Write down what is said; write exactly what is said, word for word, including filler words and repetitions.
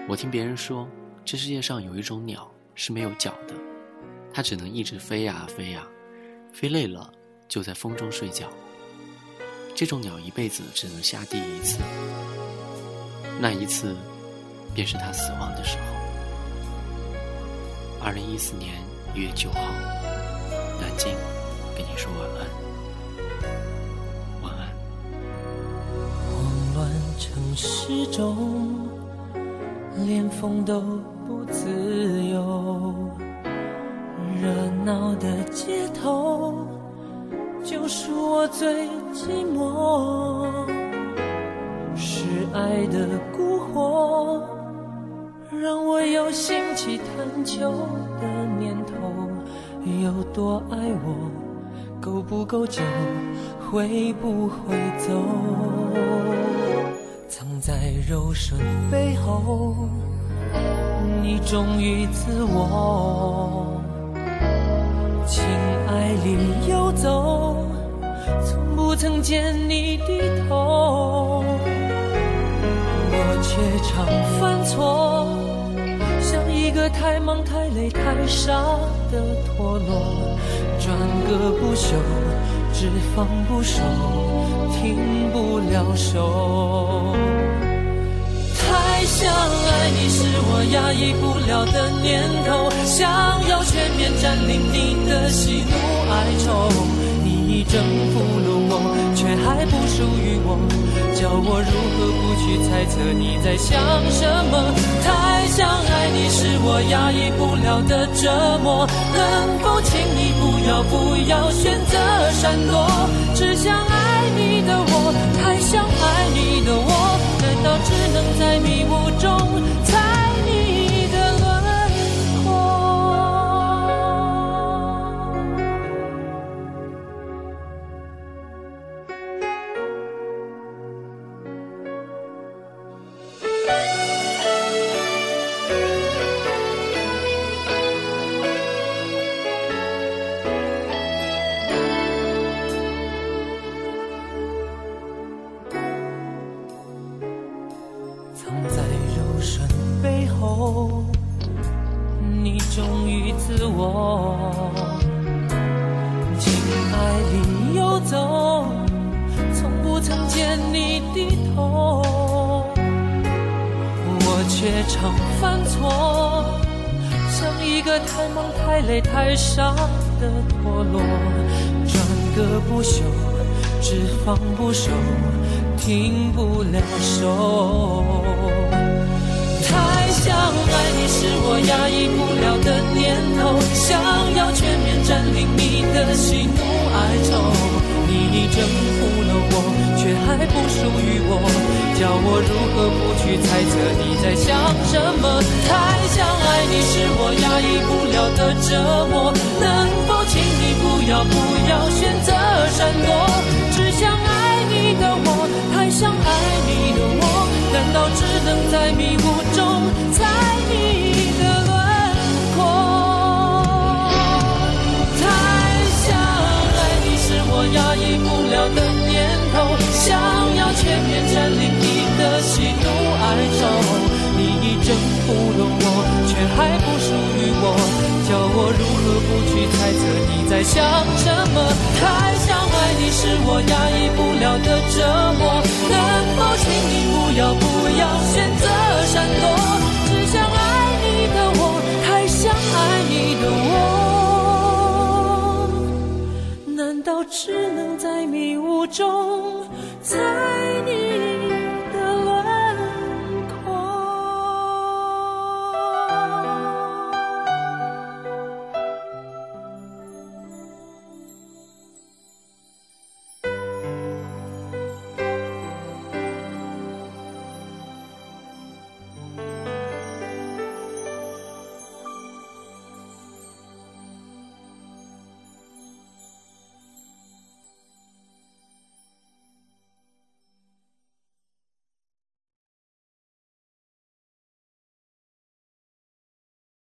我听别人说，这世界上有一种鸟是没有脚的，它只能一直飞呀飞呀，飞累了就在风中睡觉。这种鸟一辈子只能下地一次，那一次便是它死亡的时候。二零一四年一月九号，南京跟你说晚安，晚安。 慌乱城市中，连风都不自由，热闹的街头就是我最寂寞，是爱的蛊惑让我有兴起探求的念头，有多爱我，够不够久，会不会走，藏在柔顺背后，你忠于自我，情爱里游走，从不曾见你低头，我却常犯错，像一个太忙太累太傻的陀螺，转个不休，只放不收，停不了手。太想爱你是我压抑不了的念头，想要全面占领你的喜怒哀愁，你已征服了我，却还不属于我，叫我如何不去猜测你在想什么。太想爱你是我压抑不了的折磨，能否请你不要不要选择闪躲，只想爱你的我，太想爱你的我，难道只能在迷雾中猜你的轮廓。你忠于自我，情爱里游走，从不曾见你低头，我却常犯错，像一个太忙太累太傻的陀螺，转个不休，只放不收，停不了手。太想爱你是我压抑不了的念头，想要全面占领你的喜怒哀愁，你已征服了我，却还不属于我，叫我如何不去猜测你在想什么。太想爱你是我压抑不了的折磨，能否请你不要不要选择闪躲，只想爱你的我，太想爱你的我，难道只能在迷雾中猜你的轮廓。太想爱你是我压抑不了的念头，想要全面占领你的喜怒哀愁，你已征服了我，却还不属于我，叫我如何不去猜测你在想什么。太想爱你是我压抑不了的折磨，能否请你不要不要选择闪躲，只想爱你的我，太想爱你的我，难道只能在迷雾中猜你